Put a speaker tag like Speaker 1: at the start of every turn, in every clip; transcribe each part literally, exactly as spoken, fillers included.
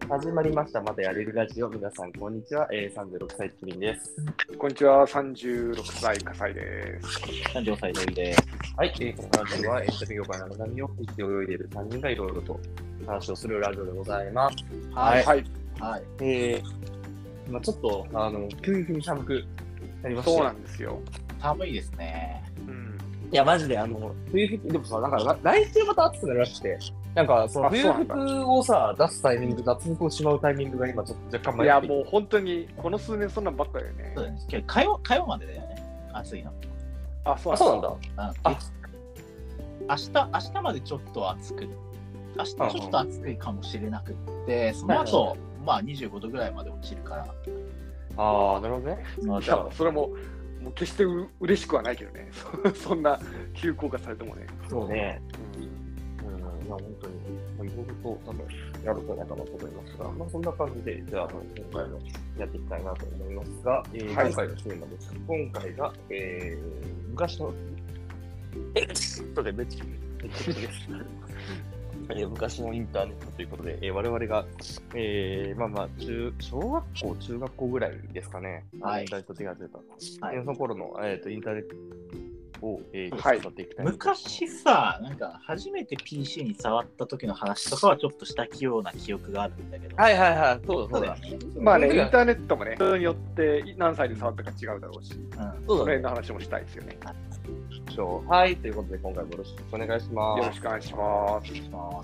Speaker 1: 始まりました。またやれるラジオ。皆さん、こんにちは。えー、さんじゅうろくさい、キリンです。
Speaker 2: こんにちは。さんじゅうろくさい、笠井です。
Speaker 3: さんじゅうごさい、土井です。
Speaker 1: はい、えー、このラジオはエンタメ業界の波を生きて泳いでいるさんにんがいろいろと話をするラジオでございます。
Speaker 2: はい。はい。
Speaker 3: はい。
Speaker 1: えー、まあちょっと、あの、急激に寒くなりまして。
Speaker 2: そうなんですよ。
Speaker 3: 寒いですね。
Speaker 1: うん。いや、マジで、あの、冬服、でもさ、なんか、来週また暑くなるらしくて、なんか、その冬服をさ、出すタイミング、夏服をしまうタイミングが今、ちょっと若干前
Speaker 2: いや、もう本当に、この数年そんなんばっかりよね。
Speaker 3: そうです。火曜、火曜までだよね。暑いの。
Speaker 2: あ、そう
Speaker 1: なんだ。
Speaker 3: あ、あ明日、明日までちょっと暑く、明日ちょっと暑いかもしれなくって、その後、まあにじゅうごどぐらいまで落ちるから。
Speaker 1: ああ、なるほどね。
Speaker 2: あ、じゃあ、それも、もう決してう嬉しくはないけどね。そんな急降下されてもね。
Speaker 1: そうね。うん。うん、まあ本当に、まあ、いろいろと多分やるんじゃないかなと思いますが、まあそんな感じで、じゃあ、今回もやっていきたいなと思いますが、えーはい、今回のテーマです。今回が、えー、昔の、えっ、ちょっとね、めっちゃ、めっちゃです。昔のインターネットということで、えー、我々が、えー、まあまあ中、小学校、中学校ぐらいですかね、
Speaker 3: はい、
Speaker 1: インターネット手が出た、
Speaker 3: はい、
Speaker 1: その頃の、えーと、インターネットを、えー、
Speaker 3: はい、
Speaker 1: 使っていきたい。
Speaker 3: 昔さ、なんか初めて ピーシー に触った時の話とかはちょっとしたような記憶があるんだけど。
Speaker 1: はいはいはい、そうだそうだ。
Speaker 2: まあね、インターネットもね、人によって何歳で触ったか違うだろうし、うん、
Speaker 1: そうだね、
Speaker 2: それの話もしたいですよね。
Speaker 1: はい、ということで今回もよろしくお願いします。
Speaker 2: よろしくお願いします。
Speaker 3: お願いします。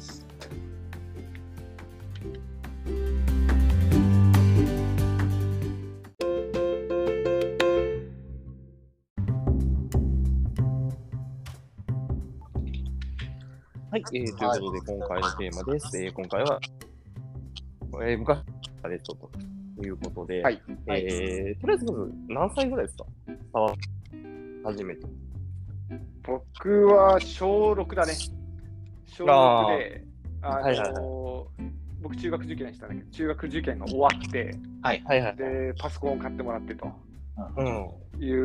Speaker 1: はい、えー、ということで今回のテーマです。えー、今回は、えー、昔のネットということで、はいえー、とりあえずまず何歳ぐらいですか？触り始めて。
Speaker 2: 僕は小ろくだね。小ろくで、あ、あのーはいはいはい、僕中学受験したんだけど、中学受験が終わって、
Speaker 1: はいはいはい、
Speaker 2: で、パソコンを買ってもらってと、
Speaker 1: うん、
Speaker 2: いう、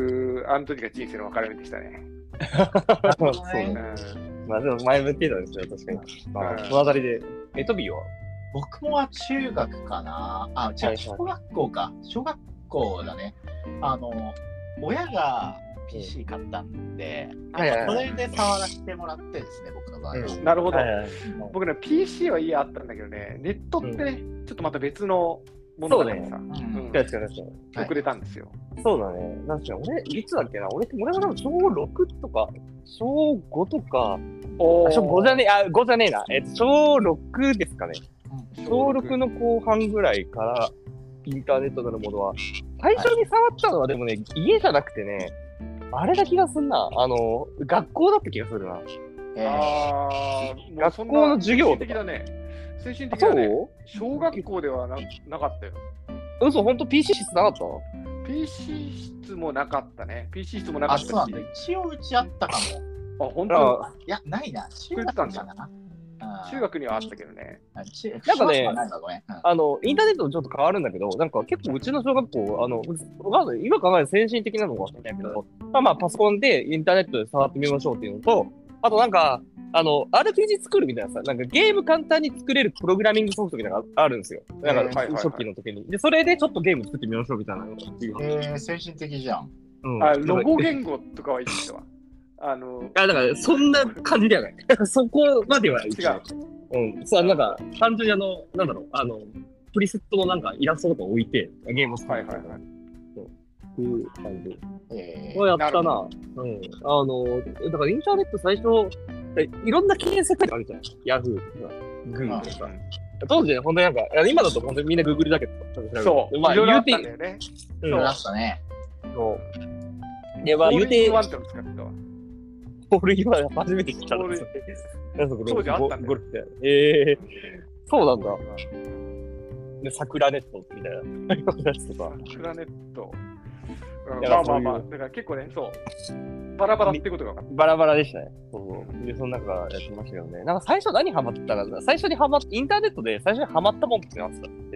Speaker 2: あの時が人生の分かれ目でしたね。
Speaker 1: そうね。うん、まあでも前向きなんですよ、確かに。まあ、そのあたりで、え、トビーは
Speaker 3: 僕もは中学かなあ、違う、小学校か。小学校だね。あの、親が、ピーシー 買ったんで、はいはいはい、それで触らせてもらってですね、僕の場合は。
Speaker 2: うん、なるほど。はいはい、僕ね、ピーシー は家あったんだけどね、ネットってね、うん、ちょっとまた別のものだからさ、
Speaker 1: 確かに確か
Speaker 2: に。遅れたんですよ。
Speaker 1: そうだね。なんか俺、いつだっけな、俺、俺も多分小ろくとか、小ごとか、あ、小ごじゃねえ、あ、ごじゃねえな、えっと、小ろくですかね。うん、小ろくの後半ぐらいからインターネットなるものは、最初に触ったのはでもね、家じゃなくてね、あれだ気がすんな。あの、学校だった気がするな。
Speaker 2: あ
Speaker 1: ー、学校の授業とか。
Speaker 2: 精神的だね。精神的だね。小学校では な, なかったよ。
Speaker 1: 嘘、ほんと ピーシー 室なかった？
Speaker 2: ピーシー 室もなかったね。ピーシー 室もなかったし。
Speaker 3: あ、そうなんだ。一応うちあったかも。
Speaker 2: あ、ほんと？
Speaker 3: いや、ないな。中学かな。
Speaker 2: 中学にはあったけどね。
Speaker 1: なんかね、あの、インターネットもちょっと変わるんだけど、なんか結構うちの小学校、あの、今考える先進的なのかもしれないけど、まあまあパソコンでインターネットで触ってみましょうっていうのと、あとなんか、あの、アールピージー 作るみたいなさ、なんかゲーム簡単に作れるプログラミングソフトみたいなのがあるんですよ。なんか初期の時に。で、それでちょっとゲーム作ってみましょうみたいなのが。
Speaker 3: へぇ、先進的じゃん。
Speaker 2: うん、あ、ロゴ言語とかはいいですわ。あの、
Speaker 1: あ、だからそんな感じではない。そこまでは違う。うん、そう、なんか、単純にあの、なんだろう、あの、プリセットのなんかイラストとか置いて、ゲームを作る。はいはいはい。そういう感じ。えー、やったな。うん。あの、だからインターネット最初、いろんな検索があるじゃないですか。ヤフーとか、グーとか。当時ね、本当になんか、今だと本当にみんなグーグルだけど、
Speaker 2: そう。まあ、言うて、ね。
Speaker 3: そう。あったね。
Speaker 1: そう。で、まあ、言うて、
Speaker 2: ワンっての使ってたわ。
Speaker 1: ホールインワン初めて聞いたんですよ。
Speaker 2: 当時あったんだよ。
Speaker 1: ええー、そうなんだ。で、桜ネットみたいなやつとか。
Speaker 2: 桜ネット。うん、まあまあまあ、だから結構ね、そう。バラバラってことが分かった。
Speaker 1: バラバラでしたね。そうそう。で、その中からやってましたけどね。なんか最初何ハマったか、最初にハマっ、インターネットで最初にハマったもんって何すかっていう。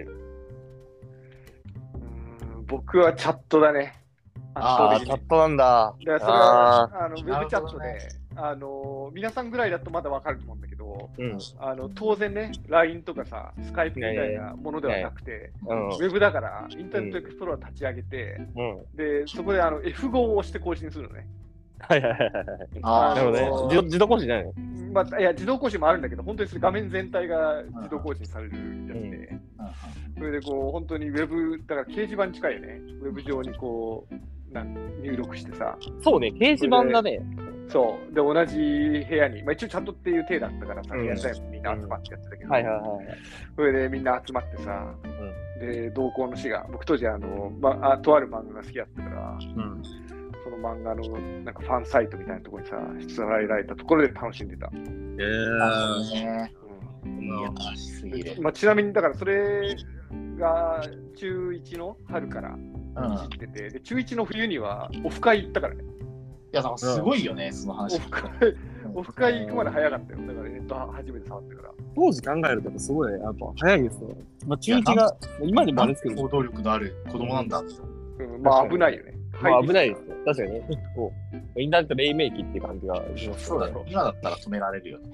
Speaker 2: うん、僕はチャットだね。
Speaker 1: ああ、チャットなんだ。
Speaker 2: だからそれはあのウェブチャットで、ね、あのの皆さんぐらいだとまだわかると思うんだけど、
Speaker 1: うん、
Speaker 2: あの当然ね、ライン とかさ、スカイプみたいなものではなくて、
Speaker 1: うん、
Speaker 2: ウェブだから、インターネットエクスプローラー立ち上げて、うん、で、そこであの エフご を押して更新するのね。
Speaker 1: はいはいはいはい。ああ、なるほどね。自動更新じゃないの？
Speaker 2: まあ、いや、自動更新もあるんだけど、本当に画面全体が自動更新されるやつで、うん、それでこう、本当にウェブ、だから掲示板に近いよね。ウェブ上にこう、なん入力してさ。
Speaker 1: そうね、掲示板だね。
Speaker 2: そう。で、同じ部屋に、まあ一応チャットっていう体だったからさ、リアルタイムみんな集まってやってたけど、
Speaker 1: はいはいはい。
Speaker 2: それでみんな集まってさ、うん、で、同行の誌が、僕当時あの、まあ、とある漫画が好きだったから、うんその漫画のなんかファンサイトみたいなところにさ、出題られたところで楽しんでた。
Speaker 3: えー、うん、いい話すぎる。
Speaker 2: まあ、ちなみに、だからそれが中いちの春から知ってて、うん、で中いちの冬にはオフ会行ったからね。
Speaker 3: いや、すごいよね、うん、その話。
Speaker 2: オフ会、オフ会行くまで早かったよ。だからネット初めて触ってから。
Speaker 1: 当時考えるとすごいね、やっぱ早いですよ。まあ、中いちが、今でもあれですけど。
Speaker 3: 行動力のある子供なんだ。
Speaker 2: うん、まあ危ないよね。
Speaker 1: まあ危ないですね。確かにね。こうインターネット黎明期っていう感じがします。
Speaker 3: そうだろう。今だったら止められるよね。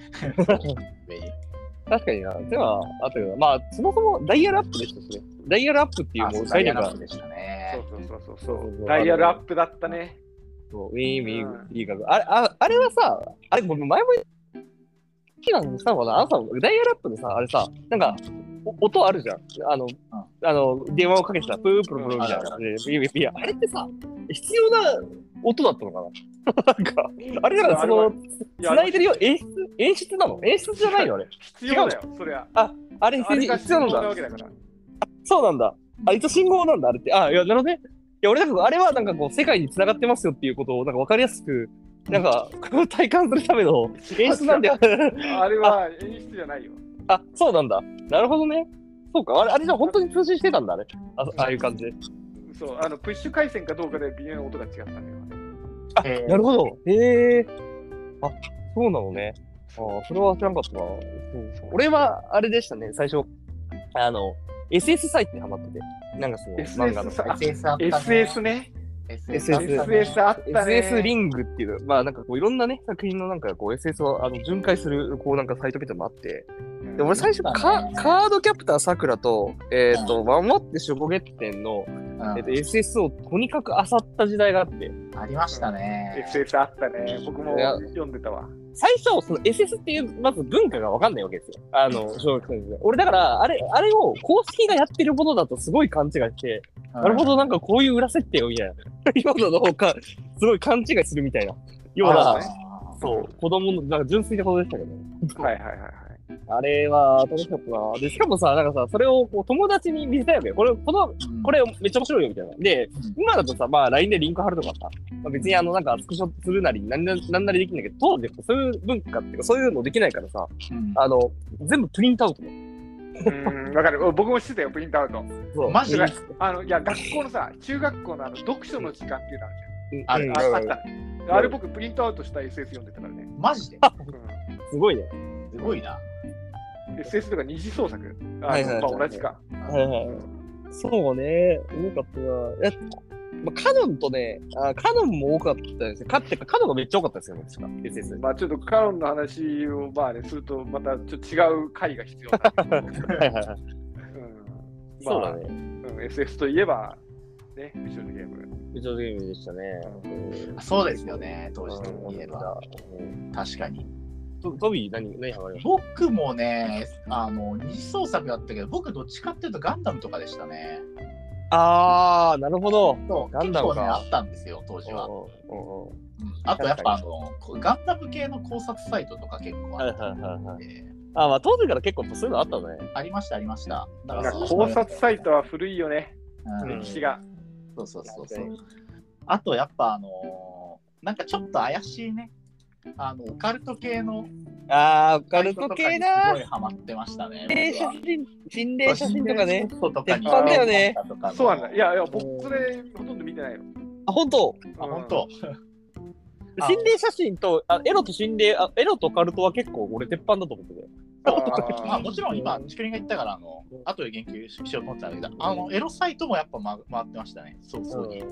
Speaker 1: 確かにな。では、あとまあ、そもそもダイヤルアップでしたしね。ダイヤルアップっていうもう概念が。
Speaker 3: でしたね。
Speaker 2: そうそうそうそう。ダイヤルアップだったね。
Speaker 1: そうウィーン、ウィーン、ウィーンが。あれ、ああれはさ、あれ、僕前も好きなんですかな、あのさ、ダイヤルアップでさ、あれさ、なんか、音あるじゃん。あの、うん、あの電話をかけてた、プープルプルみたいな。いや、あれってさ、必要な音だったのかななんか、あれだからその、繋いでるよ、演出演出なの演出じゃないのあれ。
Speaker 2: 必要だよ、そりゃ。
Speaker 1: あ、あれ必要なんだ。そうなんだ。あ、一応信号なんだ、あれって。あ、いや、なるほどね。いや、俺なんか、あれはなんかこう、世界に繋がってますよっていうことを、なんか分かりやすく、なんか、体感するための演出なんだよ。
Speaker 2: あれは演出じゃないよ。
Speaker 1: あ、そうなんだ。なるほどね。そうか。あれ、あれじゃ本当に通信してたんだね。あ, ああいう感じで。
Speaker 2: そう、あの、プッシュ回線かどうかで微妙な音が違ったんだよ。
Speaker 1: あ、えー、なるほど。へえー。あ、そうなのね。ああ、それは知らなかったな。うん、俺は、あれでしたね、最初。あの、エスエス サイトにハマってて。なんかその、漫画の。
Speaker 2: エスエス あったね。エスエス ね。
Speaker 1: エスエス あったね。エスエス リングっていう、まあなんかこういろんなね、作品のなんかこう エスエス をあの巡回するこうなんかサイトみたいなのもあって、で俺最初カ、カードキャプターさくらと、えっ、ー、と、守って守護月点の、えー、と エスエス をとにかく漁った時代があって。
Speaker 3: ありましたね。
Speaker 2: エスエス あったね。僕も読んでたわ。
Speaker 1: 最初、その エスエス っていう、まず文化がわかんないわけですよ。あの、小学生の時代。俺だから、あれ、あれを公式がやってるものだとすごい勘違いして、なるほど、なんかこういう裏設定をみたいな。今の方がすごい勘違いするみたいな。ような、そう、子供の、なんか純粋なことでしたけど。
Speaker 2: はいはいはいはい。
Speaker 1: あれは楽しかったな。で、しかもさ、なんかさ、それをこう友達に見せたいわけよ。これ、この、これめっちゃ面白いよみたいな。で、今だとさ、まあ ライン でリンク貼るとかさ、まあ、別にあの、なんかスクショするなり、なんなりできるんだけど、当時そういう文化っていうか、そういうのできないからさ、うん、あの、全部プリントアウトね。
Speaker 2: うん、わかる。僕もしてたよ、プリントアウト。
Speaker 1: そう。
Speaker 2: マジで。あの、いや、学校のさ、中学校のあの、読書の時間っていうのあるじゃん。あれ、あったね。あれ僕、プリントアウトした エスエス 読んでたからね。
Speaker 3: マジで、
Speaker 1: うん、すごいね。
Speaker 3: すごいな。
Speaker 2: エスエス とか二次創作。あ、はいはいはい、まあ同じか。
Speaker 1: はいはい。そうね、多かったな。え、まあ、カノンとね、あ、カノンも多かったですね。かってか、カノンがめっちゃ多かったですよね、確か。エスエス。
Speaker 2: まあちょっとカノンの話をまあね、すると、またちょっと違う回が必要なんですけど。はいはいはい。うん。
Speaker 1: そうだね。
Speaker 2: うん、エスエス といえば、ね、美少女ゲーム。
Speaker 1: 美少女ゲームでしたね。
Speaker 3: うん、そうですよね、当時といえば。うん、確かに。
Speaker 1: トビー何何ハマりました？
Speaker 3: 僕もね、あの二次創作だったけど、僕どっちかっていうとガンダムとかでしたね。
Speaker 1: あー、なるほど。
Speaker 3: そうガンダムが、ね、あったんですよ、当時は。おうおうおう、うん、あとやっぱあのガンダム系の考察サイトとか結構あって、はいはいはいはい、
Speaker 1: あ、まあ当時から結構そういうのあったのね。
Speaker 3: ありましたありました。
Speaker 2: だから考察サイトは古いよね、うん、歴史が。
Speaker 3: そうそうそうそう。あとやっぱあのー、なんかちょっと怪しいね。あのオカルト系の
Speaker 1: あーオカルト系な
Speaker 3: すごいハマってましたね。
Speaker 1: 写真心霊写真とかね。
Speaker 3: 鉄
Speaker 1: 板だよね。
Speaker 2: そうなんだ。いやいや僕それほとんど見てないよ。
Speaker 1: あ本当。
Speaker 3: あ本当。
Speaker 1: 心霊写真とあエロと心霊あエロとオカルトは結構俺鉄板だと思ってて。
Speaker 3: あまあもちろん今チクリンが言ったからあの後で言及しようと思ったんだけど、あのエロサイトもやっぱ、ま、回ってましたね。そうそうに。う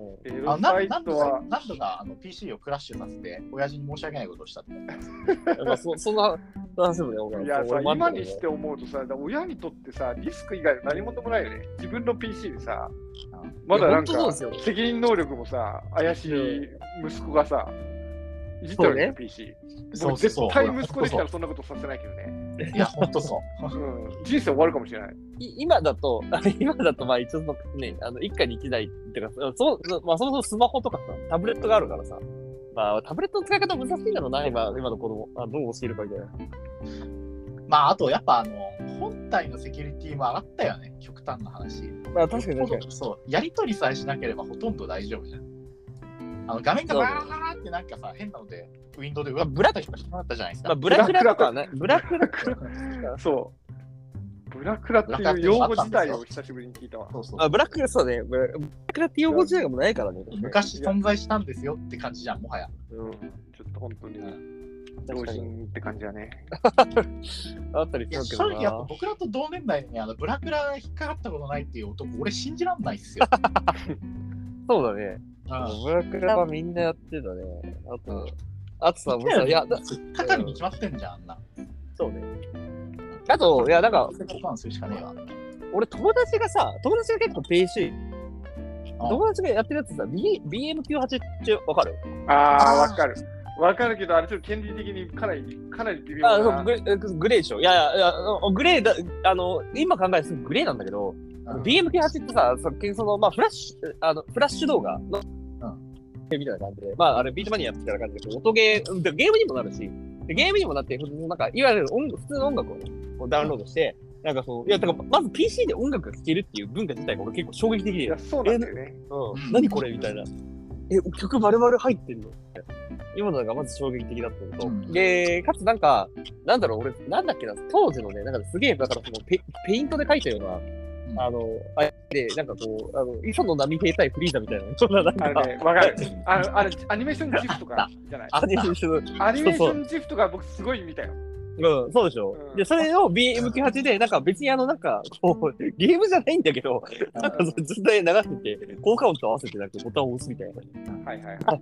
Speaker 2: エロサイトは
Speaker 3: 何度かあの ピーシー をクラッシュさせて、親父に申し訳ないことをしたって。
Speaker 1: まあそそんな話もね、俺
Speaker 2: いやさ、今にして思うとさ、親にとってさ、リスク以外何事もないよね。自分の ピーシー でさ、まだなんか責任能力もさ、怪しい息子がさ、いじってるわけ、ね、ピーシー。そう絶対息子できたらそんなことさせないけどね。
Speaker 3: いや、ほんとそう。
Speaker 2: うん、人生終わるかもしれない。
Speaker 1: 今だと、今だと、まあ一応のね、あの一家に一台っていうか、そ, まあ、そもそもスマホとかさ、タブレットがあるからさ、まあタブレットの使い方難しいんだろうな、今今の子供、あどう教えるかみたいな。
Speaker 3: まああとやっぱあの、本体のセキュリティも上がったよね、極端な話。
Speaker 1: まあ確かに確かに。
Speaker 3: そう、やり取りさえしなければほとんど大丈夫じゃん。あの画面がバーってなんかさ、変なので、ウィンドウでうわ、ブラックしかしなかったじゃないですか。
Speaker 1: まあ、ブラクラとかね、ブラクラ
Speaker 2: そう。ブラクラっていう用語自体を久しぶりに聞いたわ。
Speaker 1: そうそうあブラクラそうね、ブラクラって用語自体がもうないからね。
Speaker 3: 昔存在したんですよって感じじゃん、もはや。
Speaker 2: うん、ちょっと本当に、老人って感じだね。
Speaker 1: あったりするけどな。
Speaker 3: 正直やっぱ僕らと同年代にあのブラクラ引っかかったことないっていう男、俺信じらんないっすよ。
Speaker 1: そうだね。ブラクラはみんなやってたね。あと、あとさ、もうさ、いや、
Speaker 3: かかりに決まってんじゃん、あんな。
Speaker 1: そうね。あと、いや、なんか、俺、友達がさ、友達が結構 ピーシー、友達がやってるやつさ、ビーエムきゅうじゅうはち ってわかる？
Speaker 2: ああ、わかる。わかるけど、あれちょっと権利的にかなり、かなり微妙な。
Speaker 1: あそうグレグレーでしょ。いやいや、いやグレーだ、あの、今考えるとグレーなんだけど、ビーエムきゅうじゅうはち ってさ、その、まあ、フラッシュ、あの、フラッシュ動画の、みたいな感じで、まあ、あれ、ビートマニアみたいな感じで、音ゲー、ゲームにもなるし、ゲームにもなって、なんか、いわゆる音普通の音楽をね、ダウンロードして、なんかそう、いや、だからまず ピーシー で音楽が聴けるっていう文化自体が俺結構衝撃的で、い
Speaker 2: や、そうなんだよね。
Speaker 1: うん、何これみたいな。え、曲丸々入ってんの今のがまず衝撃的だったのと、うん、で、かつなんか、なんだろう、俺、なんだっけな、当時のね、なんかすげえ、だからそのペ、ペイントで描いたような、あの、あれで、なんかこう、あの、磯野波平対フリーザみたいな、そんななんか。
Speaker 2: あれね、わかる。あの、あれ、アニメーションジフとかじゃない。
Speaker 1: アニメーション、
Speaker 2: アニメーションジフとか僕すごい見たよ。
Speaker 1: うん、そうでしょ。うん、で、それを ビーエムきゅうじゅうはち で、なんか別にあの、なんか、こう、ゲームじゃないんだけど、なんかずっと流してて、効果音と合わせてなんかボタンを押すみたいな。
Speaker 2: はいはいはい。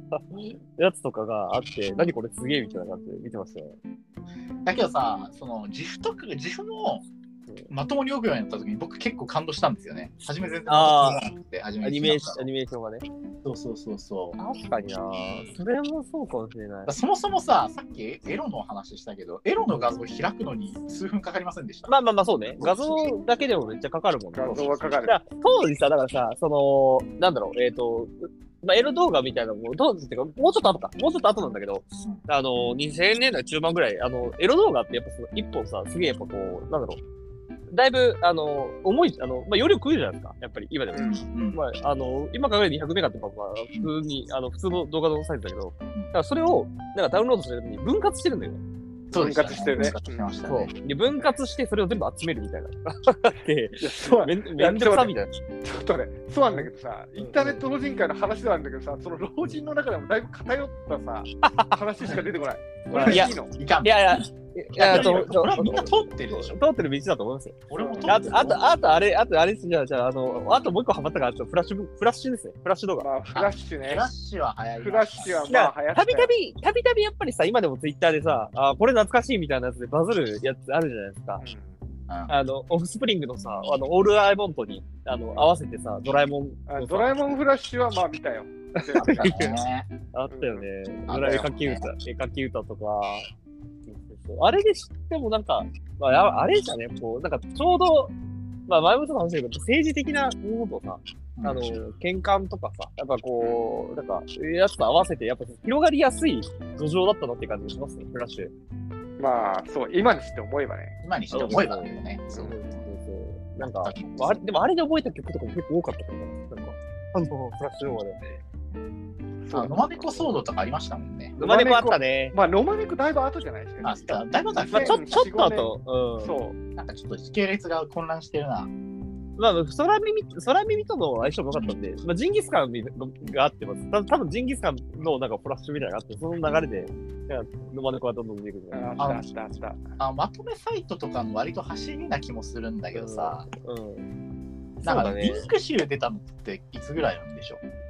Speaker 1: やつとかがあって、何これすげえみたいな感じで見てましたね。
Speaker 3: だけどさ、その、ジフとか、ジフも、まともに動くようになった時に僕結構感動したんですよね。初め全然
Speaker 1: あ
Speaker 3: なくて、初め
Speaker 1: アニメーション、アニメーションがね。
Speaker 3: そうそうそうそう。
Speaker 1: 確かになそれもそうかもしれない。
Speaker 3: そもそもさ、さっきエロの話したけど、エロの画像を開くのに数分かかりませんでした。
Speaker 1: まあまあまあそうね。画像だけでもめっちゃかかるもんね。
Speaker 2: 画像はかかる。
Speaker 1: 当時さ、だからさ、その、なんだろう、えっ、ー、と、まあ、エロ動画みたいなのも、当時っていうか、もうちょっと後か。もうちょっと後なんだけど、あの、にせんねんだい中盤ぐらい、あの、エロ動画ってやっぱその一本さ、すげえやっぱこう、なんだろう。だいぶ、あの、重い、あの、まあ、容量食うじゃないですか。やっぱり、今でも。うんうん、まあ、あの、今考えるにひゃくメガって、まあ、普通に、あの、普通の動画のサイズだけど、だからそれを、なんかダウンロードするときに分割してるんだよ。
Speaker 2: そう分割してるね。
Speaker 1: そう。で、分割して、それを全部集めるみたいな。で、そうめんめんどくさみたいな。
Speaker 2: ちょっとね、そうなんだけどさ、インターネット老人会の話ではあるんだけどさ、その老人の中でもだいぶ偏ったさ、話しか出てこない。これはいいの？
Speaker 1: いやいや、いや、
Speaker 3: と、これはみんな通ってるでしょ。
Speaker 1: 通ってる道だと思いますよ。
Speaker 3: 俺も通って
Speaker 1: る。あと、あと、あと、あれ、あと、あれですじゃあ、じゃあ、あの、あともう一個ハマったから、フラッシュ、フラッシュですね。フラッシュ動画。
Speaker 2: まあ、フラッシュね。
Speaker 3: フラッシュは早い。
Speaker 2: フラッシュはまあ早い。
Speaker 1: たびたび、たびたびやっぱりさ、今でもツイッターでさ、あ、これ懐かしいみたいなやつでバズるやつあるじゃないですか。うん、あの、オフスプリングのさ、あの、オールアイモントに、あの、合わせてさ、ドラえもん。
Speaker 2: ドラえもんフラッシュはまあ見たよ。
Speaker 1: あったよね。ドラえかき歌、絵かき歌とか。あれで知ってもなんか、まあ、あれじゃね、こう、なんかちょうど、まあ前もちょっと話したけど、政治的なものとさ、あの、喧嘩とかさ、やっぱこう、なんか、やつと合わせて、やっぱ広がりやすい土壌だったなって感じしますね、フラッシュ。
Speaker 2: まあ、そう、今にして思えばね。
Speaker 3: 今にして思えばだよね。
Speaker 1: そうそうそう。なんか、あれ、でもあれで覚えた曲とかも結構多かったと思う。なんか、あの、フラッシュ動画で。
Speaker 3: あ、ノマネコ騒動とかありましたもんね。
Speaker 1: ノマネコあったね。
Speaker 2: まあ、ノマネコだいぶ後じゃないですか。
Speaker 3: あ、だいぶ後だ、
Speaker 1: まあ、ちょ、ちょっと後。
Speaker 2: うん。そう。
Speaker 3: なんかちょっと時系列が混乱してるな。
Speaker 1: まあ、空耳、空耳との相性も良かったんで、まあ、ジンギスカンがあってます。た多分ジンギスカンのなんかフラッシュみたいなのがあって、その流れで、ノマネコがどんどん出てくる。
Speaker 2: あったあったあった。
Speaker 3: あ、まとめサイトとかの割と走りな気もするんだけどさ、
Speaker 1: うん。うん、
Speaker 3: なんかリンク集出たのっていつぐらいなんでしょう？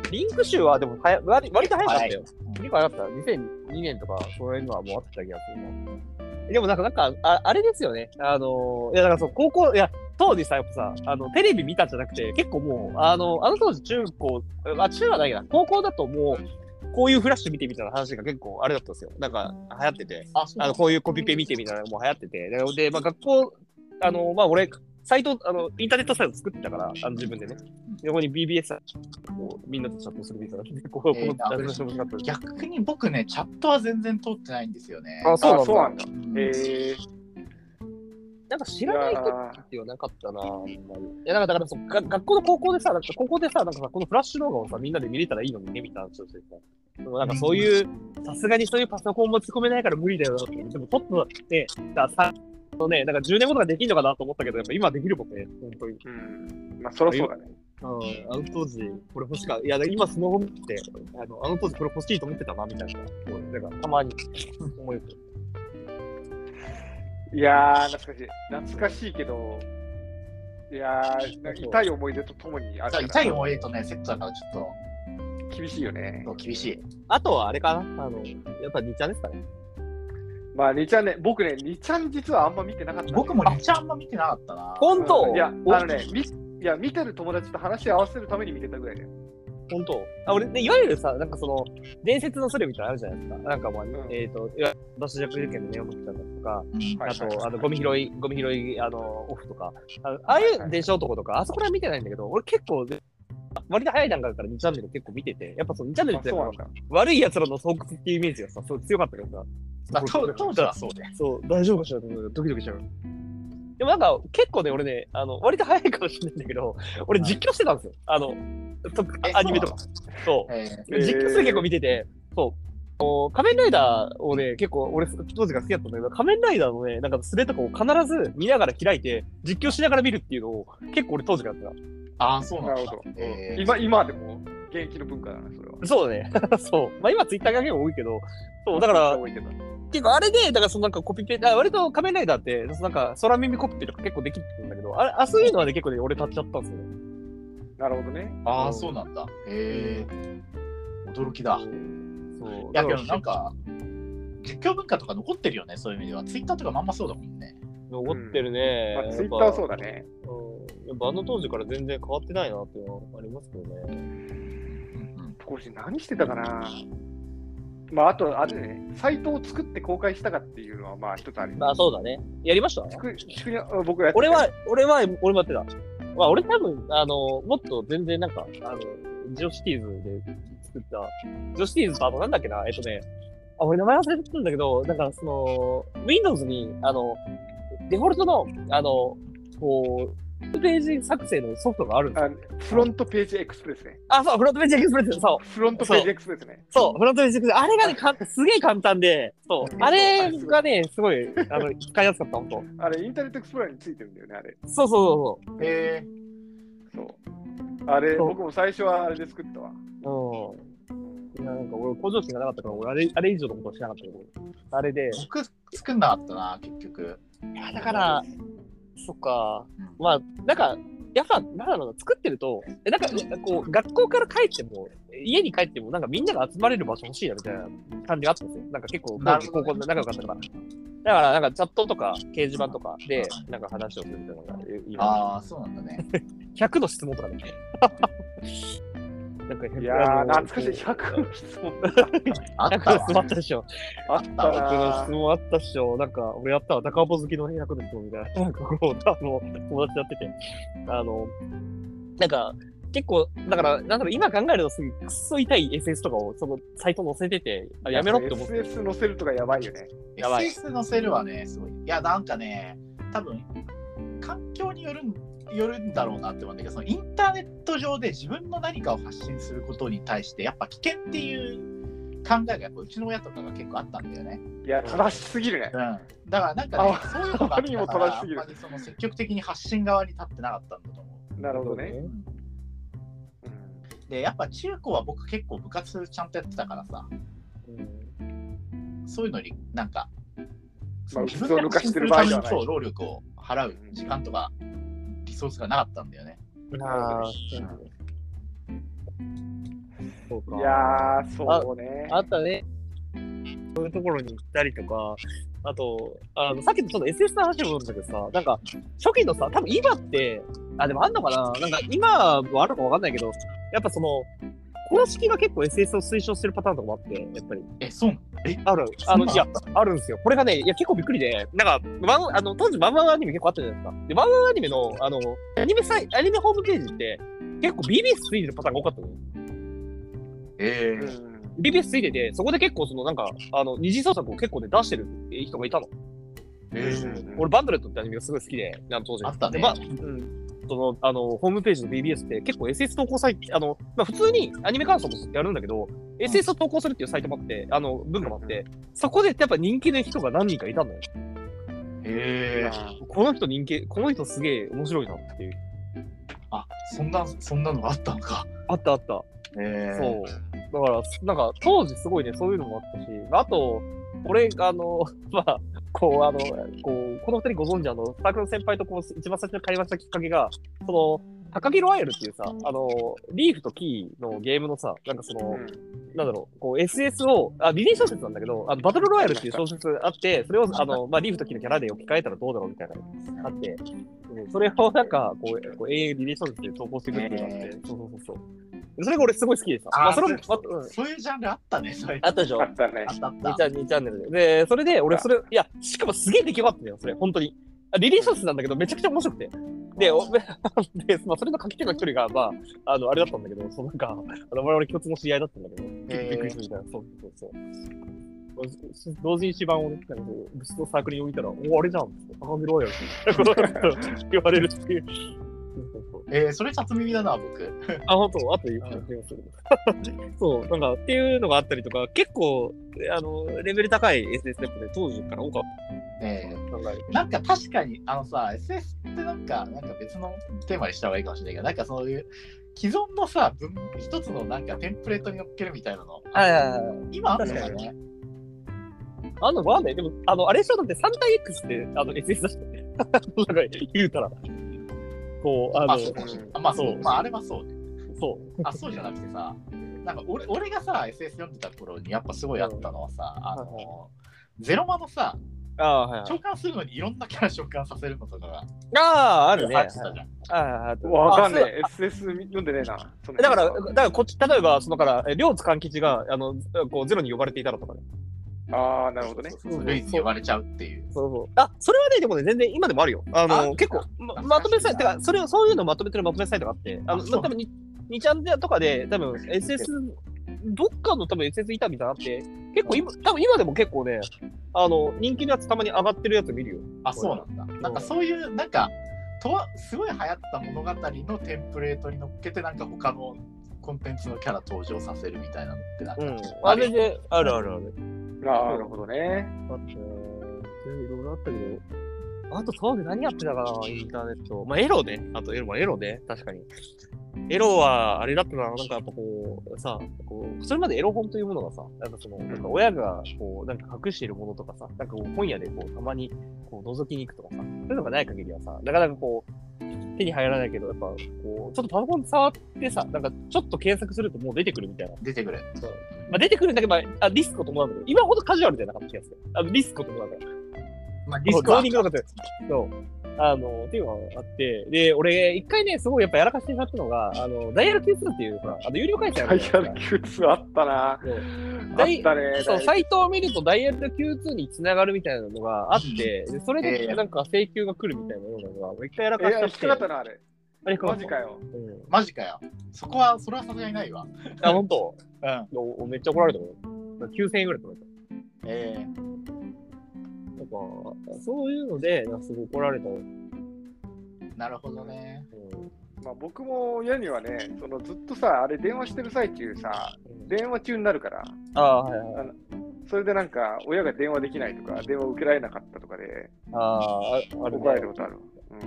Speaker 1: リンク集はでもはや割割と早かったよ。結構早かった。にせんにねんとか、そういうのはもうあった気がするな。でもなんか、なんか、ああれですよね。あの、いや、だからそう、高校、いや、当時さ、やっぱさ、あの、テレビ見たんじゃなくて、結構もう、あの、あの当時中高、まあ中はないけど、高校だともう、こういうフラッシュ見てみたいな話が結構あれだったんですよ。なんか、流行ってて。あ, あの、こういうコピペ見てみたいなのも流行ってて。で、でまあ学校、あの、まあ俺、サイト、あの、インターネットサイト作ってたから、あの自分でね。横に ビービーエス をみんなとチャットするみたいな。ここ、えー、この人
Speaker 3: も逆に僕ね、チャットは全然通ってないんですよね。
Speaker 1: あ、そう
Speaker 2: なんだ。へえー。
Speaker 1: なんか知らない人ってはなかったなぁ。あんまり。いや、なんかだからそが学校の高校でさ、なんか高校でさ、なんかさ、このフラッシュ動画をさ、みんなで見れたらいいのにね、みたいな話をしてさ。でもなんかそういう、さすがにそういうパソコンも突っ込めないから無理だよなって。でもちょっとね、ださ、のね、なんかじゅうねんごとかできるのかなと思ったけど、やっぱ今できるもんね、本当に。
Speaker 2: うん。まあ、そりゃそうだね。
Speaker 1: うん、あの当時、これ欲しかった。いや、今スマホ見て、あの、あの当時これ欲しいと思ってたな、みたいな。なんかたまに思います。
Speaker 2: いやー、懐かしい。懐かしいけど、いやー、痛い思い出とともにある。
Speaker 3: 痛い思い出とね、セットだからちょっ
Speaker 2: と厳しいよね。
Speaker 3: 厳しい。
Speaker 1: あとはあれかな、あの、やっぱにちゃんですかね。
Speaker 2: まあ、にちゃんね、僕ね、にちゃん実はあんま見てなかった、ね。
Speaker 3: 僕もにちゃんあんま見てなかったな。
Speaker 1: 本当？
Speaker 2: いや、あのね、みいや、見てる友達と話し合わせるために見てたぐらいだよ。
Speaker 1: 本当あ、俺、ね、いわゆるさ、なんかその、伝説のそれみたいなのあるじゃないですか。なんかまあ、うん、えっ、ー、と、いわゆる、私弱受験のネオノキちゃんだとか、うん、あと、あの、ゴミ拾い、ゴミ拾い、あの、オフとか、あ, ああいう電車男とか、あそこらは見てないんだけど、俺結構、割と早い段階からにチャンネル結構見てて、やっぱそのにチャンネルって悪い奴らの巣窟っていうイメージがさ、そう強かったけどさ。
Speaker 3: まあ、当時はそうね。
Speaker 1: そう、大丈夫かしらと思うドキドキしちゃう。でもなんか、結構ね、俺ね、あの、割と早いかもしれないんだけど、俺実況してたんですよ。あの、とアニメとか。そう。実況する結構見てて、そう。仮面ライダーをね、結構俺当時が好きだったんだけど、仮面ライダーのね、なんかスレとかを必ず見ながら開いて、実況しながら見るっていうのを結構俺当時からやって
Speaker 3: た。ああ、そうなんだ。
Speaker 2: なるほど。えー、今、今でも現役の文化だな、それは。
Speaker 1: そうだね。そう。まあ今ツイッターが結構多いけど、そう、だから、結構あれで、だからそのなんかコピペ、あ割と仮面ライダーって、なんか空耳コピペとか結構できるんだけど、あれ、あそういうのはね、結構ね、俺買っちゃったんですよ。
Speaker 2: なるほどね。
Speaker 3: ああ、そうなんだ。へえ。驚きだ。そう。いや、けどなんか、実況文化とか残ってるよね、そういう意味では。ツイッターとかまんまそうだもんね。
Speaker 1: 残ってるね。
Speaker 2: うんまあ、ツイッターはそうだね。
Speaker 1: うん。やっぱあの当時から全然変わってないなっていうのはありますけどね。うん
Speaker 2: うん。これ何してたかな。まあ、あと、あれね、サイトを作って公開したかっていうのは、まあ、一つある。
Speaker 1: まあ、そうだね。やりました
Speaker 2: 僕やって
Speaker 1: 俺は、俺は、俺もやってた。まあ、俺多分、あの、もっと全然なんか、あの、ジオシティーズで作った、ジオシティーズとあとなんだっけな、えっとね、あ、俺名前忘れてたんだけど、なんかその、Windows に、あの、デフォルトの、あの、こう、ページ作成のソフトがあるんですよ。
Speaker 2: フロントページエクスプレスね。
Speaker 1: あ、そう、フロントページエクスプレス。そう。
Speaker 2: フロントページエクスプレスね。
Speaker 1: そう、フロントページエクスプレス。あれがね、かすげえ簡単で、そう。あれがね、すごい、あの、使いやすかった、ほんと。
Speaker 2: あれ、インターネットエクスプローラーについてるんだよね、あれ。
Speaker 1: そうそうそう。
Speaker 3: へえ。
Speaker 2: そう。あれ、僕も最初はあれで作ったわ。
Speaker 1: うん。いや、なんか俺、向上心がなかったから、俺、あれ、あれ以上のことはしなかったけど、あれで。
Speaker 3: 僕、作んなかったな、結局。
Speaker 1: いや、だから、そっか。うん、まあ、なんか、やっぱ、なんだろうな、作ってると、え、なんか、こう、学校から帰っても、家に帰っても、なんかみんなが集まれる場所欲しいな、みたいな感じがあったんですよ。なんか結構、高校で仲良かったから。だから、なんかチャットとか、掲示板とかで、なんか話をするみたいなのがいい。
Speaker 3: ああ、そうなんだね。
Speaker 1: ひゃくの質問とかね。なんか
Speaker 2: いやー、懐かしい。ひゃくの質問。
Speaker 3: あった
Speaker 1: ひゃくの質問あったでしょ。
Speaker 2: あったな。
Speaker 1: ひゃくの質問あったでしょ。なんか、俺やったわ。ダカオポ好きのひゃくの質問みたいな。なんかこう、あの、友達やってて。あの、なんか、結構、だから、なんだろう、今考えるとすぐくっそ痛い エスエス とかをそのサイト載せてて、あやめろって思って。
Speaker 2: エスエス 載せるとかやばいよね。
Speaker 3: やばい。エスエス 載せるはね、すごい。いや、なんかね、多分、環境によるんよるんだろうなって思うんだけど、そのインターネット上で自分の何かを発信することに対してやっぱ危険っていう考えがやっぱうちの親とかが結構あったんだよね。
Speaker 2: いや正しすぎるね。
Speaker 3: うん、だからなんかね、そういうのがあったから
Speaker 2: あんま
Speaker 3: りその積極的に発信側に立ってなかったんだと思う。
Speaker 2: なるほどね。うん、
Speaker 3: でやっぱ中高は僕結構部活ちゃんとやってたからさ、うん、そういうのになんか、
Speaker 2: まあ、自分で抜かしてる場合じゃない。
Speaker 3: そう労力を払う時間とか。リソースがなかったんだよね。
Speaker 2: ああ、
Speaker 1: そうか。
Speaker 2: いやー、そうね。
Speaker 1: あったね。そういうところに行ったりとか、あと、あのさっきのちょっと エスエス の話も戻るんだけどさ、なんか、初期のさ、多分今って、あ、でもあんのかな、なんか今はあるかわかんないけど、やっぱその、公式が結構 エスエス を推奨してるパターンとかもあって、やっぱり。
Speaker 3: え、そうなの？え、
Speaker 1: ある。あの、いや、あるんですよ。これがね、いや、結構びっくりで、なんか、ワンあの、当時ワンワンアニメ結構あったじゃないですか。で、ワンワンアニメの、あの、アニメサイ、アニメホームページって、結構 ビービーエス ついてるパターンが多かったのよ。
Speaker 3: えー。
Speaker 2: うん、
Speaker 1: ビービーエス ついてて、そこで結構そのなんか、あの、二次創作を結構ね、出してる人がいたの。
Speaker 3: えー、
Speaker 1: 俺、バンドレットってアニメがすごい好きで、あの当時。
Speaker 3: あったね。
Speaker 1: で、まあ、うん。その、あの、ホームページの ビービーエス って結構 エスエス 投稿サイト、あの、まあ普通にアニメ観測もやるんだけど、うん、エスエス を投稿するっていうサイトもあって、あの、文化もあって、そこでやっぱ人気の人が何人かいたのよ。
Speaker 3: へ
Speaker 1: ー。この人人気、この人すげえ面白いなっていう。
Speaker 3: あ、そんな、そんなのがあったのか。
Speaker 1: あったあった。
Speaker 3: へー。
Speaker 1: そう。だから、なんか、当時すごいね、そういうのもあったし、あと、俺、あの、まあ、こう、あの、こう、この二人ご存知、あの、サークルの先輩とこう、一番最初に会話したきっかけが、その、高木ロワイヤルっていうさ、あの、リーフとキーのゲームのさ、なんかその、うん、なんだろう、こう、エスエス を、あ、リリー小説なんだけど、あのバトルロワイヤルっていう小説あって、それを、あの、まあ、リーフとキーのキャラで置き換えたらどうだろうみたいなのがあって、うん、それをなんか、こう、こう永遠リリー小説で投稿してくるっていうのがあって、そうそうそうそう。それが俺すごい好きでさ。
Speaker 3: あ、
Speaker 1: まあ、それも、
Speaker 3: まうん、そういうジャンルあったね、それ。
Speaker 1: あったでしょ。
Speaker 2: あったね。
Speaker 3: あったあった。
Speaker 1: にチャンネル、にチャンネルで。で、それで、俺、それ、いや、しかもすげえ出来上がったんだよ、それ、本当に。リリース小説なんだけど、めちゃくちゃ面白くて。で、おで、まあ、それの書き手の一人が、まあ、あの、あれだったんだけど、そのなんか、あの、我々共通の知り合いだったんだけど、びっくりするみたいな、そうそうそう。同人誌版をね、なんかこう、物質のサークルに置いたら、お、あれじゃんって、高木ロイヤルって言われるっていう。
Speaker 3: えー、それ初耳だな、僕。
Speaker 1: あ、本当、あと言う気がする。そう、なんか、っていうのがあったりとか、結構、あの、レベル高い エスエス ステップで当時から多かった。
Speaker 3: えー、なんか確かに、あのさ、エスエス ってなんか、なんか別のテーマにした方がいいかもしれないけど、なんかそういう、既存のさ、文一つのなんかテンプレートに乗っけるみたいなの。
Speaker 1: はいはいはい。
Speaker 3: 今あるんだよね。
Speaker 1: あんのわかんない。でも、あの、あれでしょだってさん対 X ってあの エスエス 出してね。なんか言うたら。こう、あの、
Speaker 3: あ、そうあまあそう、まああれはそうね。
Speaker 1: そう。
Speaker 3: あ、そうじゃなくてさ、なんか俺俺がさ、エスエス 読んでた頃にやっぱすごいあったのはさ、うん、あの、ゼロマのさ、
Speaker 1: あ、はいはい、
Speaker 3: 召喚するのにいろんなキャラ召喚させるのとかが。
Speaker 1: ああ、あるね。
Speaker 3: あったじゃん。
Speaker 1: ああ、
Speaker 2: わかんねえ。エスエス 読んでねえな。
Speaker 1: だから、だからこっち、例えば、そのから、両津勘吉が、あの、こう、ゼロに呼ばれていたらとかね。
Speaker 2: ああ、なるほどね。
Speaker 3: ルイズに呼ばれちゃうっていう。
Speaker 1: そうそう。あ、それはね、でもね、全然今でもあるよ。あの、あ結構、ま、まとめサイト、てか、それを、そういうのをまとめてるまとめサイトがあって、あの、まあ、多分に、にちゃんとかで、多分 エスエス、どっかの多分 エスエス いたみたいなのあって、結構今、多分今でも結構ね、あの、人気のやつたまに上がってるやつ見るよ。
Speaker 3: あ、そうなんだ。なんかそういう、なんか、とは、すごい流行った物語のテンプレートに乗っけて、なんか他のコンテンツのキャラ登場させるみたいなのってなんか、うん、
Speaker 1: あれで、あるあるある。
Speaker 2: ああ、なるほどね。
Speaker 1: あって、いろいろあったけど、あと当時何やってたかな、インターネット。まあ、エロね。あとエロ、まあ、エロね。確かに。エロは、あれだったな、なんかやっぱこう、さ、こう、それまでエロ本というものがさ、なんかその、なんか親が、こう、なんか隠しているものとかさ、なんかこう本屋でこう、たまに、こう、覗きに行くとかさ、そういうのがない限りはさ、なかなかこう、手に入らないけど、やっぱ、こう、ちょっとパソコン触ってさ、なんかちょっと検索するともう出てくるみたいな。
Speaker 3: 出てくる。
Speaker 1: そう。まあ、出てくるんだけど、まあ、リスクを伴うんだけど、今ほどカジュアルじゃなかった気がする。あのリスクを伴うから。
Speaker 3: まあ、リスクは。
Speaker 1: ゾーニングのことそう。あの、っていうのがあって、で、俺、一回ね、すごいやっぱやらかしてしまったのが、あの、ダイヤル キューツー っていう、ほら、あの、有料回線あるじゃないですか。
Speaker 2: ダイヤル キューツー あったな。あったね。
Speaker 1: そう、サイトを見るとダイヤル キューツー に繋がるみたいなのがあって、でそれでなんか請求が来るみたいなようなのが、一回やらかしちゃって。
Speaker 2: えー、引っかかったな、あれ。
Speaker 1: あれ
Speaker 2: マジかよ。
Speaker 3: うん、マジかよ。そこは、それはさすがにないわ。
Speaker 1: あ、ほんと
Speaker 3: うん。
Speaker 1: めっちゃ怒られたもん。きゅうせんえんぐらい取られた。
Speaker 3: ええー。
Speaker 1: なんか、そういうので、すごい怒られた。
Speaker 3: なるほどね。
Speaker 2: うん、まあ、僕も親にはね、そのずっとさ、あれ電話してる最中さ、電話中になるから、
Speaker 1: ああ、はいはい。
Speaker 2: それでなんか、親が電話できないとか、電話受けられなかったとかで、
Speaker 1: ああ、ある、
Speaker 2: 怒られることある。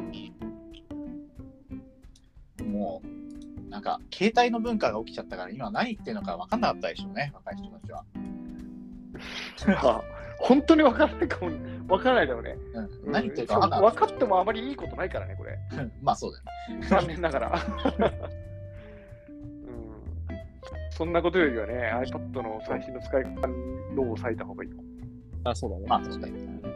Speaker 3: うん、もう、なんか、携帯の文化が起きちゃったから、今何言ってるのか分かんなかったでしょうね、若い人たちは。
Speaker 2: 本当に分からないかも、分からないだろうね。
Speaker 3: うん、何言ってるか分かんない。
Speaker 2: 分かってもあまりいいことないからね、これ。
Speaker 3: まあそうだよね。
Speaker 2: 残念ながら。うん、 そんなことよりはね、iPad の最新の使い方のを抑えた方がいいよ。
Speaker 1: あ、そうだね。
Speaker 3: まあ、確かに。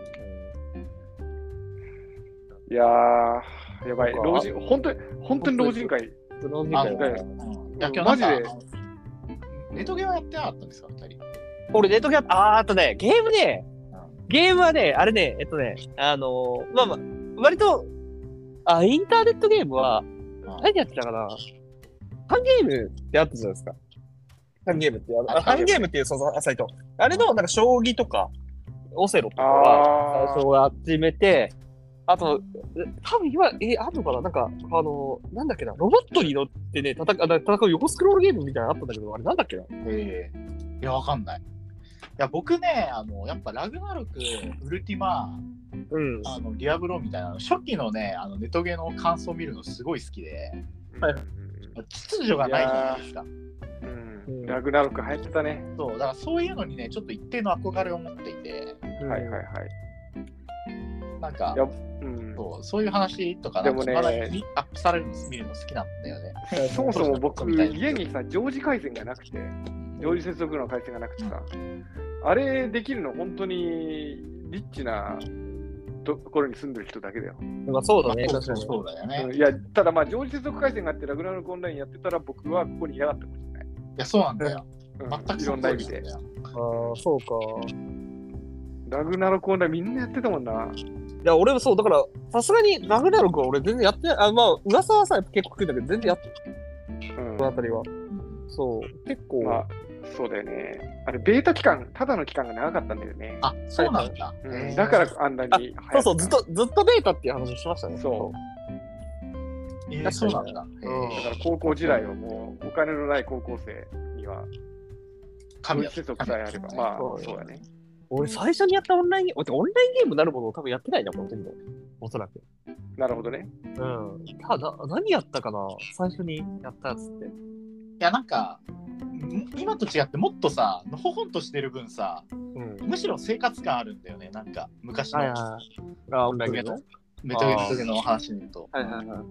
Speaker 2: いやー、やばい。老人、本当に、本当に老人会。
Speaker 1: 老人会。
Speaker 3: いや、今日マジで。ネトゲはやってなかったんですか、ふたり。
Speaker 1: 俺、ネトゲは、あー、あとね、ゲームね、ゲームはね、あれね、えっとね、あのー、まあまあ、割と、あ、インターネットゲームは、何やってたかな、ハンゲームってあったじゃないですか。ハンゲームって、あハンゲームっていうそのサイト。あれの、なんか、将棋とか、オセロとかは、最初は始めて、あと、多分今、え、あんのかななんか、あの、なんだっけな、ロボットに乗ってね、戦う、戦う横スクロールゲームみたいなのあったんだけど、あれなんだっけな
Speaker 3: ええー。いや、わかんない。いや、僕ね、あの、やっぱラグナロク、ウルティマ、うん、あの、ディアブロみたいな、初期のね、あの、ネトゲの感想を見るのすごい好きで、はい、秩序がないじゃないですか。
Speaker 2: うん、ラグナロク流行ってたね。
Speaker 3: そう、だからそういうのにね、ちょっと一定の憧れを持っていて、
Speaker 2: はいはいはい。
Speaker 3: なんか、うん、そうそういう話とか、
Speaker 2: でもね、
Speaker 3: まだアップされるの見るの好きなんだよね。
Speaker 2: そもそも僕、家にさ、常時回線がなくて、常時接続の回線がなくてさ、あれできるの本当にリッチなところに住んでる人だけだよ。
Speaker 1: まあそうだね、
Speaker 3: 確かにそうだよね。
Speaker 2: いや、ただまあ、常時接続回線があって、ラグナロクオンラインやってたら、僕はここにいなかったかもしれない。い
Speaker 3: や、そうなんだよ。
Speaker 2: うん、全くいろんな意味で。
Speaker 1: ああ、そうか。
Speaker 2: ラグナロクオンラインみんなやってたもんな。
Speaker 1: いや、俺もそう、だから、さすがにラグナロクは俺全然やってない。あ、まあ、噂はさ、結構聞いたけど、全然やってない。うん。このあたりは。そう、結構。まあ、
Speaker 2: そうだよね。あれ、ベータ期間、ただの期間が長かったんだよね。
Speaker 3: あ、そうなんだ。
Speaker 2: うん、だからあんなに。
Speaker 1: そうそう、ずっと、ずっとベータっていう話しましたね。
Speaker 2: そう。
Speaker 3: えー、そうなんだ。
Speaker 2: うん。だから高校時代はもう、お金のない高校生には、紙接続さえあれば、まあ、そうだね。
Speaker 1: 俺、最初にやったオンラインゲーム、オンラインゲームなるものを多分やってないな、ほとんど。おそらく。
Speaker 2: なるほどね。
Speaker 1: うん。ただ、何やったかな最初にやったやつって。い
Speaker 3: や、なんか、今と違ってもっとさ、のほほんとしてる分さ、うん、むしろ生活感あるんだよね、なんか、昔の。
Speaker 1: ああ、オンラインゲーム
Speaker 3: メトゲメトゲの話に言うと。
Speaker 1: はいはいはい。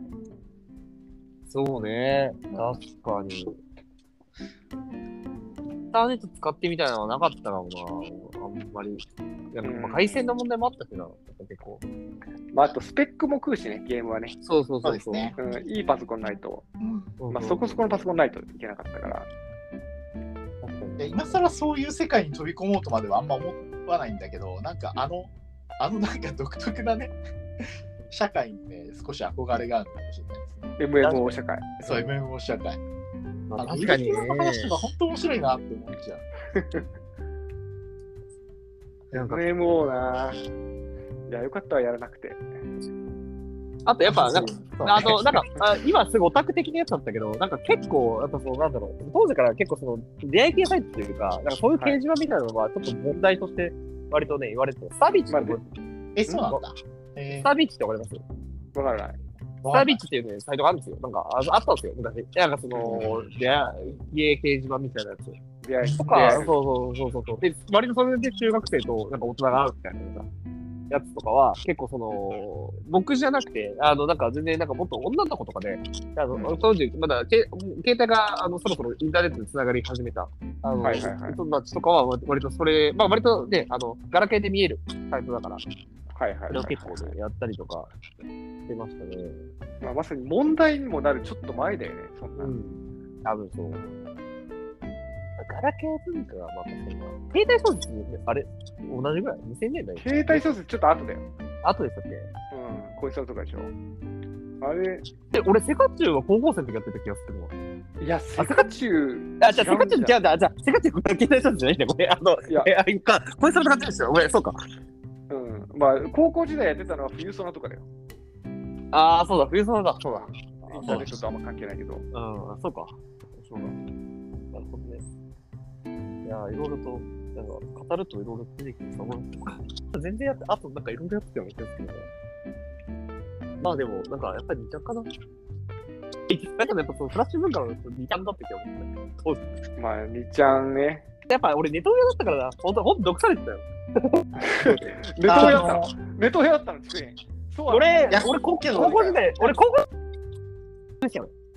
Speaker 1: そうね、確かに。インターネット使ってみたいなのはなかったかもな、あんまり。なんかまあ回線の問題もあったしな、結構。
Speaker 2: まあ、あとスペックも食うしね、ゲームはね。
Speaker 1: そうそうそうそう。
Speaker 3: ね、
Speaker 2: うん、いいパソコンないと、うん、まあ、そこそこのパソコンないといけなかったから。
Speaker 3: いや今更そういう世界に飛び込もうとまではあんま思わないんだけど、なんかあの、あのなんか独特なね、社会にね、少し憧れがあるかもしれないですね。
Speaker 2: エムエムオー 社会。
Speaker 3: そう、エムエムオー 社会。
Speaker 1: まあ、確かにね。
Speaker 3: 話が本当面白いなって思っちゃう。
Speaker 2: エムエムオー な。いや、よかったわ、やらなくて。
Speaker 1: あとやっぱ、なんか、あの、なんか、あ今すぐオタク的なやつだったけど、なんか結構、やっぱそう、なんだろう、当時から結構その、出会い系サイトっていうか、なんかそういう掲示板みたいなのは、ちょっと問題として、割とね、言われてて、スタービーチって、まあ、
Speaker 3: え、そうなんだ。
Speaker 1: スタービーチってわかります？
Speaker 2: わからない。
Speaker 1: スタービーチっていうね、サイトがあるんですよ。なんか、あ, あったんですよ、昔。なんかその、出会い掲示板みたいなやつ。
Speaker 2: 出会い
Speaker 1: とか、そうそうそうそう。で、割とそれで中学生となんか大人が会うみたいなやつとかは、結構その、僕じゃなくて、あの、なんか全然なんかもっと女の子とかで、あの、うん、当時、まだけ、携帯があのそろそろインターネットで繋がり始めた、あの、はいはいはい、人たちとかは割とそれ、まあ割とね、あの、ガラケーで見えるサイトだから、
Speaker 2: はいはいはい、はい、
Speaker 1: 結構ね、やったりとかしてましたね。
Speaker 2: まあ、まさに問題にもなるちょっと前だよね、そんな。うん、
Speaker 1: 多分そう。ガラケー文化がまたそんな。携帯小説ってあれ、同じぐらい ?にせんねんだい
Speaker 2: 携帯小説ちょっと後だよ。
Speaker 1: 後でしたっけ？
Speaker 2: うん、こいつらとかでしょ。あれ。
Speaker 1: で、俺、セカチュウは高校生の時やってた気がするわ。
Speaker 2: いや、セカチュウ。
Speaker 1: あ、じゃあ、セカチュウ違うんだ。じゃあ、セカチュウ携帯小説じゃないんだよ。これ、あの、いや、え、あ、いか、こいつらと買ってるんですよ。俺、そうか。
Speaker 2: うん。まあ、高校時代やってたのは冬ソナとかだよ。
Speaker 1: ああ、そうだ、冬ソナだ。そうだ。
Speaker 2: インターネットとあんま関係ないけど。うん、
Speaker 1: そうか。そうだ。なるほどね。いや、いろいろと、なんか、語るといろいろ出てきてさ、全然やって、あとなんかいろいろやってたような気がするけどね。まあでも、なんか、やっぱりにちゃんかな。だからやっぱそのフラッシュ文化のにちゃんだって気がする。当時。
Speaker 2: まあ、にちゃんね。
Speaker 1: やっぱ俺ネトウヨだったからな。ほんと、ほんと毒されてたよ。
Speaker 2: ネトウヨだったのネトウヨだったの机に。
Speaker 1: 俺、俺高校時代、俺高校ですよ。
Speaker 2: あ、そ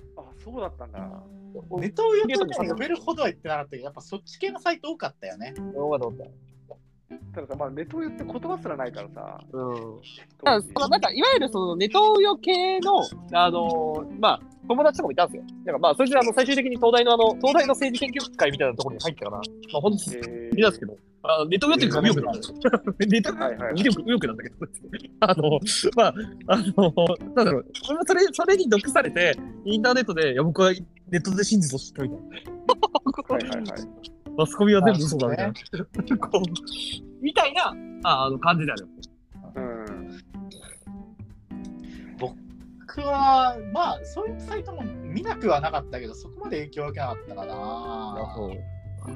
Speaker 2: そうだったんだ。
Speaker 3: ネトウヨとか読めるほどは言ってなかったけど、やっぱそっち系のサイト多かったよね。
Speaker 1: 多かった多かった。
Speaker 2: たださ、まあ、ネトウヨって言葉すらないからさ。
Speaker 1: うん。ただ、なんか、いわゆるそのネトウヨ系の、あのー、まあ、友達とかもいたんですよ。なんかまあ、そいつあの最終的に東大のあの、東大の政治研究会みたいなところに入ったから、まあ、本当に、いたんですけど、あネトウヨっていうか、右翼なんですよ。ネトウヨって右翼なんだけど、あの、まあ、あの、なんだろう、それ、それに毒されて、インターネットで、いや、僕はネットで真実を知ったみたいな。はいはいはい。マスコミは全部嘘だみたいな。こう、みたいな、ああの感じだよ。うん。
Speaker 3: 僕は、まあ、そういうサイトも見なくはなかったけど、そこまで影響を受けなかったかな。そう。うん。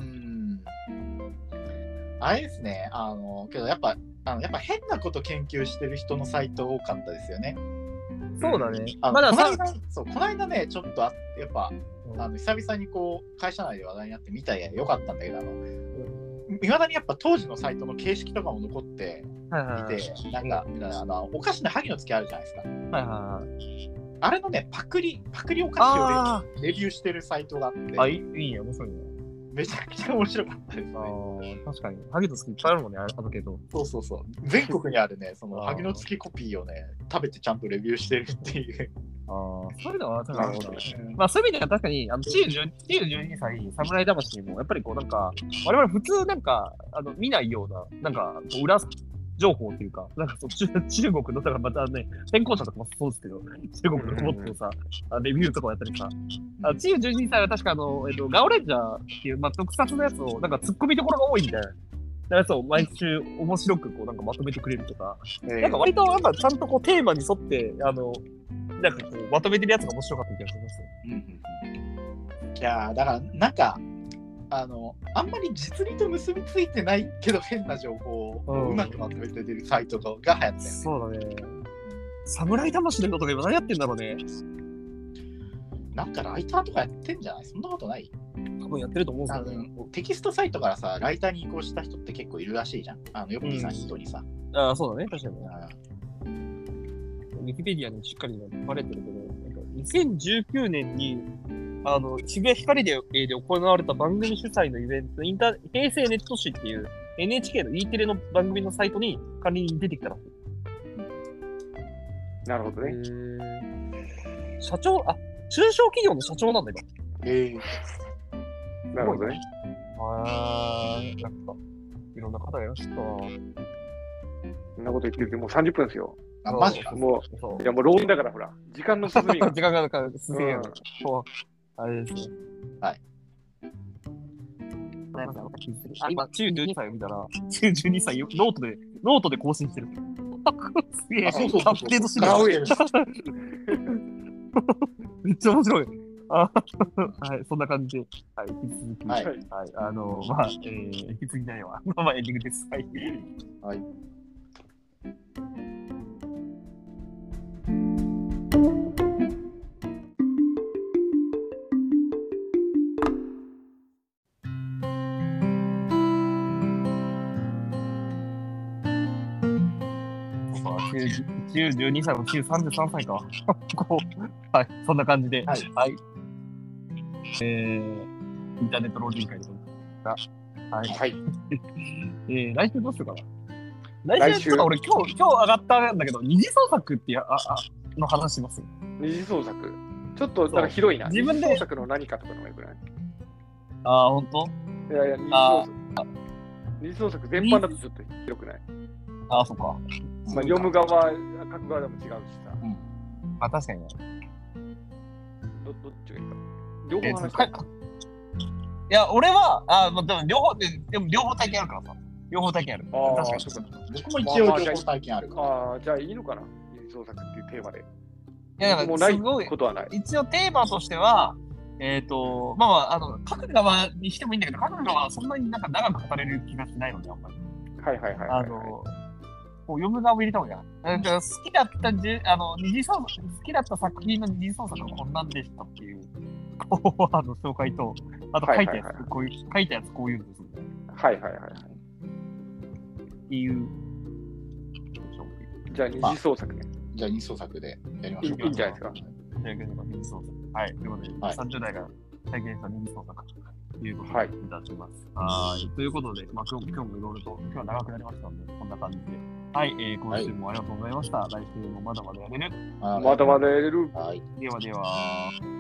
Speaker 3: あれですね、あの、けどやっぱ、あのやっぱ変なこと研究してる人のサイト多かったですよね。
Speaker 1: そうだね。
Speaker 3: あまだこの間、そう、この間ね、ちょっとあやっぱ、あの久々にこう会社内で話題になってみたいやよかったんだけど、あのいまだにやっぱ当時のサイトの形式とかも残っていて、はいはいはい、なんかあのお菓子の萩の月あるじゃないですか。はいはいはい、あれのねパクリパクリお菓子を レ, レビューしてるサイトがあって、
Speaker 1: あいいいね面白いね。
Speaker 3: めちゃくちゃ面白かったですね。
Speaker 1: あ確かに萩の月いっぱいあるもんねあるけど。
Speaker 3: そうそうそう。全国にあるねその萩の月コピーをね食べてちゃんとレビューしてるっていう。
Speaker 1: ああ、そういうのは確かに、まあそういう意味では確かに、あの、チームじゅうにさい、侍魂も、やっぱりこうなんか、我々普通なんか、あの、見ないような、なんか、こう裏情報っていうか、なんかそう中、中国の、だからまたね、先行者とかもそうですけど、中国のロボットのさ、レビューとかをやったりさ、あチームじゅうにさいは確かあの、えっと、ガオレンジャーっていう、まあ特撮のやつを、なんか突っ込みどころが多いみたいな。やつを毎週面白くこうなんかまとめてくれるとか、えー、なんか割となんかちゃんとこうテーマに沿って、あの、なんかこうまとめてるやつが面白かった気がしますよ。うん
Speaker 3: うん、いやだからなんかあのあんまり実利と結びついてないけど変な情報をうまくまとめて出るサイトが流行ったよね。
Speaker 1: そうだね。侍魂の人とか今何やってんだろうね。
Speaker 3: なんかライターとかやってんじゃない？そんなことない？
Speaker 1: 多分やってると思うんですよね。
Speaker 3: テキストサイトからさライターに移行した人って結構いるらしいじゃん。あのよっぴーさん人にさ。
Speaker 1: うん、ああそうだね確かに。ウィキペディアにしっかりバレてるけど、なんかにせんじゅうきゅうねんにあの渋谷ヒカリでで行われた番組主催のイベント、インター平成ネット誌っていう エヌエイチケー の E テレの番組のサイトに仮に出てきたらし
Speaker 2: い。なるほどね。
Speaker 1: 社長、あ、中小企業の社長なんだよ。
Speaker 2: えー、なるほどね。
Speaker 1: あー、なんかいろんな方がいらっしゃった。
Speaker 2: そんなこと言ってるけど、もうさんじゅっぷんですよ。
Speaker 3: あ、マジか。
Speaker 2: もう、いやもう浪人だからほら、時間の進みが。
Speaker 1: 時間が進みが、うん、そうあれですね。
Speaker 3: はい。
Speaker 1: あ、今、中じゅうにさいを見たら、中じゅうにさいノートで、ノートで更新してる。すげえ、
Speaker 3: そうそうそう。
Speaker 1: アップデートしてる。めっちゃ面白い。あはい、そんな感じで、はい、引き続き、はい、はい、あの、まあ、えー、引き継ぎないわ。まあ、エンディングです。はい。
Speaker 3: はい。
Speaker 1: じゅうにさいもきゅう、さんじゅうさんさいか。こうはい、そんな感じで、はい。はい、えー、インターネット老人会でございますが、はい。はい、えー、来週どうしようかな。来週、ちょっと俺今日、今日上がったんだけど、二次創作ってやああの話します。
Speaker 2: 二次創作ちょっと、なんか広いな。自分で。二次創作の何かとかのもよくない？
Speaker 1: ああ、ほんと？
Speaker 2: いやいや、二次創作。二次創作全般だとちょっと広くない？
Speaker 1: ああ、そっか。
Speaker 2: まあ、読む側、書く側でも違うしさ。うん、
Speaker 1: まあ確かにね。
Speaker 2: ど、どっちがいいか。両方話したい。い
Speaker 1: や、俺は、あまあ、でも両方、でも両方体験あるからさ。両方体験ある。
Speaker 3: あ確かに。僕も一応両方体験あるから。
Speaker 2: ああ、じゃあいいのかな。二次創作っていうテーマで。
Speaker 1: いや、もうないことはない。一応テーマとしては、えっ、ー、と、まあまあ、あの、書く側にしてもいいんだけど、書く側はそんなになんか長く語れる気がしないので、あんまり。
Speaker 2: はいはいはい、はい。あ
Speaker 1: の、こう読む側も入れた方がいいな。だから好きだったじあの二次創作、好きだった作品の二次創作はこんなんでしたっていう、こう、あの紹介と、あと書いたやつ、はいはいはい、こういう、書いたやつこういうんですよね。
Speaker 2: はいはいはいはい。
Speaker 1: っていう。
Speaker 2: じゃあ二次創作ね。
Speaker 3: じゃあ二次創作でやりましょう。
Speaker 2: いいんじゃないですか。
Speaker 1: じゃあ二次創作。 はい。ということで、はい、さんじゅう代が体験した二次創作ということでいたします。はい。ということで、まあ、今日今日もいろいろと、今日は長くなりましたので、こんな感じで。はい、えー、今週もありがとうございました。はい、来週もまだまだやれる。
Speaker 2: まだまだやれる。
Speaker 3: はい。
Speaker 1: ではでは。